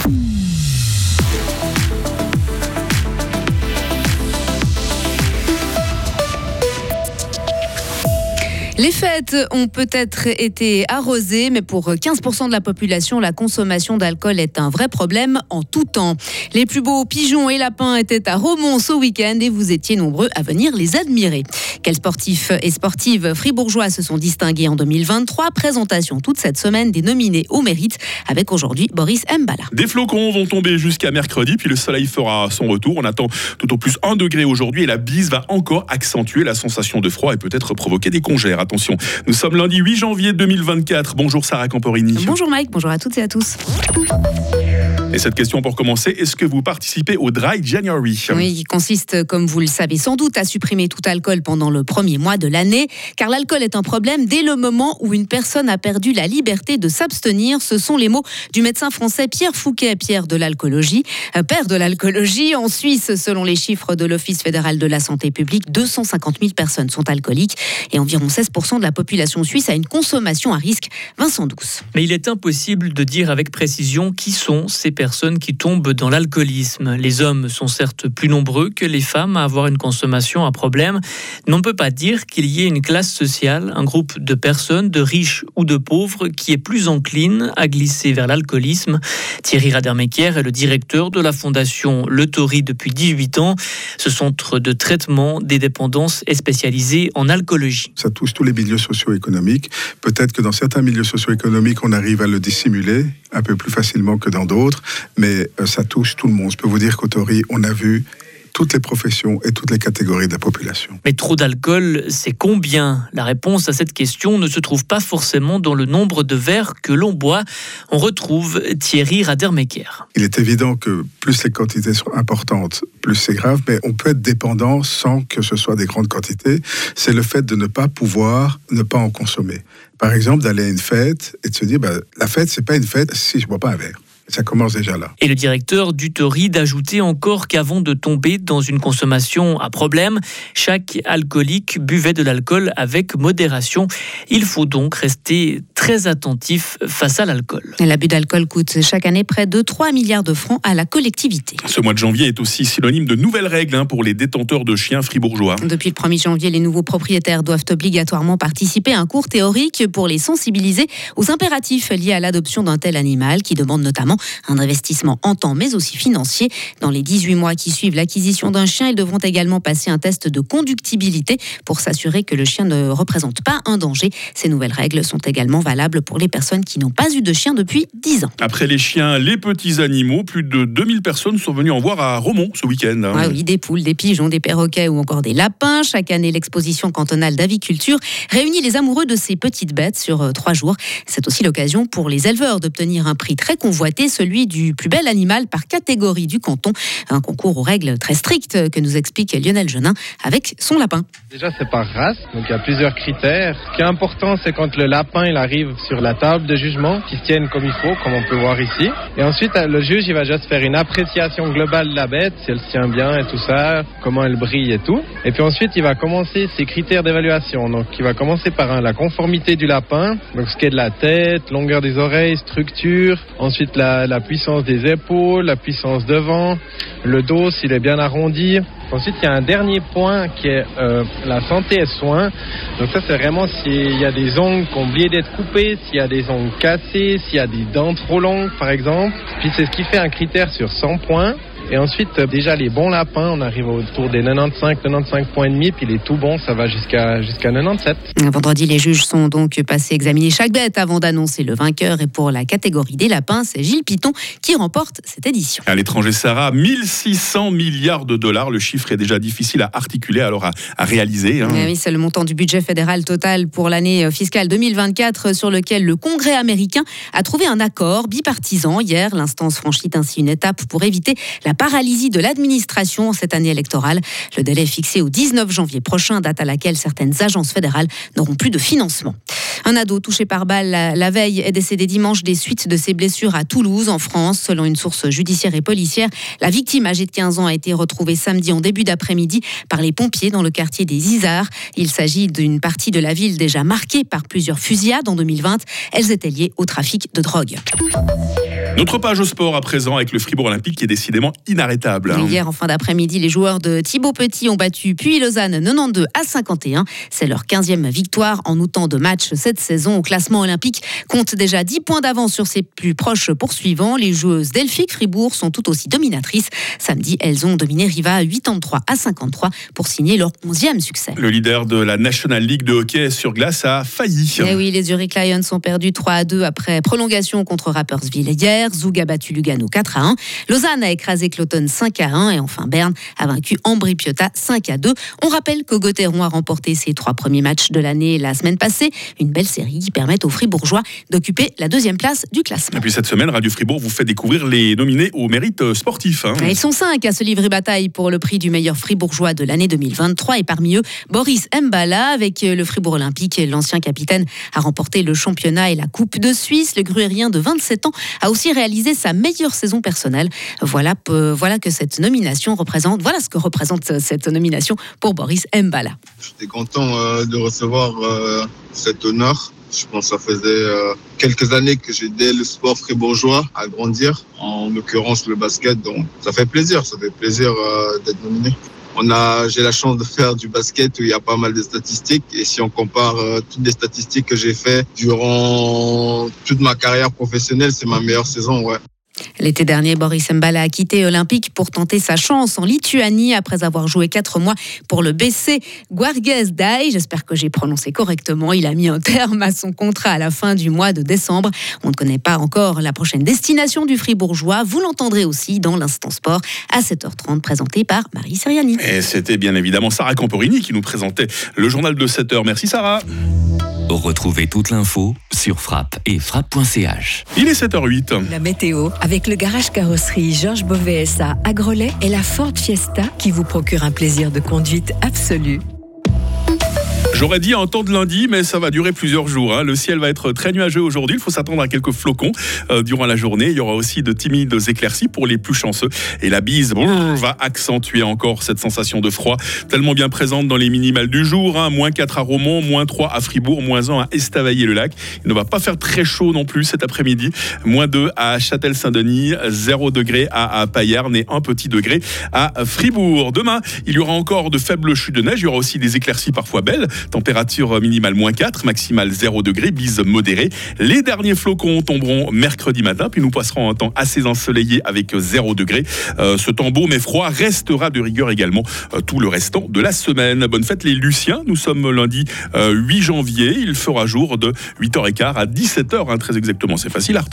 Les fêtes ont peut-être été arrosées, mais pour 15% de la population, la consommation d'alcool est un vrai problème en tout temps. Les plus beaux pigeons et lapins étaient à Romont ce week-end et vous étiez nombreux à venir les admirer. Quels sportifs et sportives fribourgeois se sont distingués en 2023 ? Présentation toute cette semaine des nominés au mérite avec aujourd'hui Boris Mbala. Des flocons vont tomber jusqu'à mercredi, puis le soleil fera son retour. On attend tout au plus 1 degré aujourd'hui et la bise va encore accentuer la sensation de froid et peut-être provoquer des congères. Attention, nous sommes lundi 8 janvier 2024. Bonjour Sarah Camporini. Bonjour Mike, bonjour à toutes et à tous. Et cette question pour commencer, est-ce que vous participez au Dry January ? Oui, qui consiste, comme vous le savez sans doute, à supprimer tout alcool pendant le premier mois de l'année. Car l'alcool est un problème dès le moment où une personne a perdu la liberté de s'abstenir. Ce sont les mots du médecin français Pierre Fouquet, père de l'alcoolologie. En Suisse, selon les chiffres de l'Office fédéral de la santé publique, 250 000 personnes sont alcooliques et environ 16% de la population suisse a une consommation à risque. Vincent Douce. Mais il est impossible de dire avec précision qui sont ces personnes qui tombent dans l'alcoolisme. Les hommes sont certes plus nombreux que les femmes à avoir une consommation à problème. Mais on ne peut pas dire qu'il y ait une classe sociale, un groupe de personnes, de riches ou de pauvres, qui est plus encline à glisser vers l'alcoolisme. Thierry Radermecker est le directeur de la fondation Le Tori depuis 18 ans. Ce centre de traitement des dépendances est spécialisé en alcoolologie. Ça touche tous les milieux socio-économiques. Peut-être que dans certains milieux socio-économiques, on arrive à le dissimuler un peu plus facilement que dans d'autres, mais ça touche tout le monde. Je peux vous dire qu'au Tori, on a vu toutes les professions et toutes les catégories de la population. Mais trop d'alcool, c'est combien ? La réponse à cette question ne se trouve pas forcément dans le nombre de verres que l'on boit. On retrouve Thierry Radermecker. Il est évident que plus les quantités sont importantes, plus c'est grave, mais on peut être dépendant sans que ce soit des grandes quantités. C'est le fait de ne pas pouvoir ne pas en consommer. Par exemple, d'aller à une fête et de se dire, la fête, c'est pas une fête si je bois pas un verre. Ça commence déjà là. Et le directeur du Tori d'ajouter encore qu'avant de tomber dans une consommation à problème, chaque alcoolique buvait de l'alcool avec modération. Il faut donc rester très attentif face à l'alcool. L'abus d'alcool coûte chaque année près de 3 milliards de francs à la collectivité. Ce mois de janvier est aussi synonyme de nouvelles règles pour les détenteurs de chiens fribourgeois. Depuis le 1er janvier, les nouveaux propriétaires doivent obligatoirement participer à un cours théorique pour les sensibiliser aux impératifs liés à l'adoption d'un tel animal qui demande notamment un investissement en temps mais aussi financier. Dans les 18 mois qui suivent l'acquisition d'un chien, ils devront également passer un test de conductibilité pour s'assurer que le chien ne représente pas un danger. Ces nouvelles règles sont également valables pour les personnes qui n'ont pas eu de chien depuis 10 ans. Après les chiens, les petits animaux, plus de 2000 personnes sont venues en voir à Romont ce week-end. Ah oui, des poules, des pigeons, des perroquets ou encore des lapins. Chaque année, l'exposition cantonale d'aviculture réunit les amoureux de ces petites bêtes sur 3 jours. C'est aussi l'occasion pour les éleveurs d'obtenir un prix très convoité, celui du plus bel animal par catégorie du canton. Un concours aux règles très strictes que nous explique Lionel Genin avec son lapin. Déjà, c'est par race, donc il y a plusieurs critères. Ce qui est important, c'est quand le lapin il arrive sur la table de jugement, qu'il se tienne comme il faut, comme on peut voir ici. Et ensuite, le juge il va juste faire une appréciation globale de la bête, si elle se tient bien et tout ça, comment elle brille et tout. Et puis ensuite, il va commencer ses critères d'évaluation. Donc, il va commencer par la conformité du lapin, donc ce qui est de la tête, longueur des oreilles, structure. Ensuite, la puissance des épaules, la puissance devant, le dos s'il est bien arrondi. Ensuite, il y a un dernier point qui est la santé et soins. Donc ça, c'est vraiment s'il y a des ongles qui ont oublié d'être coupés, s'il y a des ongles cassés, s'il y a des dents trop longues, par exemple. Puis c'est ce qui fait un critère sur 100 points. Et ensuite, déjà les bons lapins, on arrive autour des 95 points et demi, puis les tout bons, ça va jusqu'à 97. Vendredi, les juges sont donc passés examiner chaque bête avant d'annoncer le vainqueur. Et pour la catégorie des lapins, c'est Gilles Piton qui remporte cette édition. À l'étranger, Sarah, 1600 milliards de dollars. Le chiffre est déjà difficile à articuler, alors à réaliser. Oui, c'est le montant du budget fédéral total pour l'année fiscale 2024 sur lequel le Congrès américain a trouvé un accord bipartisan. Hier, l'instance franchit ainsi une étape pour éviter la paralysie de l'administration cette année électorale. Le délai est fixé au 19 janvier prochain, date à laquelle certaines agences fédérales n'auront plus de financement. Un ado touché par balle la veille est décédé dimanche des suites de ses blessures à Toulouse, en France. Selon une source judiciaire et policière, la victime âgée de 15 ans a été retrouvée samedi en début d'après-midi par les pompiers dans le quartier des Isards. Il s'agit d'une partie de la ville déjà marquée par plusieurs fusillades en 2020. Elles étaient liées au trafic de drogue. Notre page au sport à présent avec le Fribourg Olympique qui est décidément inarrêtable. Hier, en fin d'après-midi, les joueurs de Thibaut Petit ont battu Puy-Lausanne 92-51. C'est leur 15e victoire en autant de matchs cette saison. Au classement olympique, compte déjà 10 points d'avance sur ses plus proches poursuivants. Les joueuses d'Elphick Fribourg sont tout aussi dominatrices. Samedi, elles ont dominé Riva 83-53 pour signer leur 11e succès. Le leader de la National League de hockey sur glace a failli. Et oui, les Zurich Lions ont perdu 3-2 après prolongation contre Rapperswil hier. Zug a battu Lugano 4-1. Lausanne a écrasé Cloton 5-1. Et enfin, Berne a vaincu Ambri Piotta 5-2. On rappelle que Gauthieron a remporté ses 3 premiers matchs de l'année la semaine passée. Une belle série qui permet aux Fribourgeois d'occuper la 2e place du classement. Et puis cette semaine, Radio Fribourg vous fait découvrir les nominés au mérite sportif. Ils sont 5 à se livrer bataille pour le prix du meilleur Fribourgeois de l'année 2023. Et parmi eux, Boris Mbala, avec le Fribourg Olympique. L'ancien capitaine a remporté le championnat et la Coupe de Suisse. Le Gruérien de 27 ans a aussi réalisé sa meilleure saison personnelle. Voilà que cette nomination représente. Voilà ce que représente cette nomination pour Boris Mbala. J'étais content de recevoir cet honneur. Je pense que ça faisait quelques années que j'aidais le sport fribourgeois à grandir, en l'occurrence le basket. Donc ça fait plaisir d'être nominé. J'ai la chance de faire du basket où il y a pas mal de statistiques. Et si on compare toutes les statistiques que j'ai fait durant toute ma carrière professionnelle, c'est ma meilleure saison, ouais. L'été dernier, Boris Mbala a quitté Olympique pour tenter sa chance en Lituanie après avoir joué 4 mois pour le BC Gvargės. J'espère que j'ai prononcé correctement. Il a mis un terme à son contrat à la fin du mois de décembre. On ne connaît pas encore la prochaine destination du Fribourgeois. Vous l'entendrez aussi dans l'Instant Sport à 7h30, présenté par Marie Seriani. Et c'était bien évidemment Sarah Camporini qui nous présentait le journal de 7h. Merci Sarah. Retrouvez toute l'info sur Frappe et frappe.ch. Il est 7h08. La météo, avec le garage carrosserie Georges Beauvais SA à Grelais et la Ford Fiesta qui vous procure un plaisir de conduite absolu. J'aurais dit un temps de lundi, mais ça va durer plusieurs jours. Le ciel va être très nuageux aujourd'hui. Il faut s'attendre à quelques flocons durant la journée. Il y aura aussi de timides éclaircies pour les plus chanceux. Et la bise va accentuer encore cette sensation de froid, tellement bien présente dans les minimales du jour. -4 à Romont, -3 à Fribourg, -1 à Estavayer-le-Lac. Il ne va pas faire très chaud non plus cet après-midi. -2 à Châtel-Saint-Denis, 0 degré à Payerne et 1 petit degré à Fribourg. Demain, il y aura encore de faibles chutes de neige. Il y aura aussi des éclaircies parfois belles. Température minimale -4, maximale 0 degré, bise modérée. Les derniers flocons tomberont mercredi matin, puis nous passerons un temps assez ensoleillé avec 0 degré. Ce temps beau mais froid restera de rigueur également tout le restant de la semaine. Bonne fête les Luciens, nous sommes lundi 8 janvier. Il fera jour de 8h15 à 17h, très exactement. C'est facile à retenir.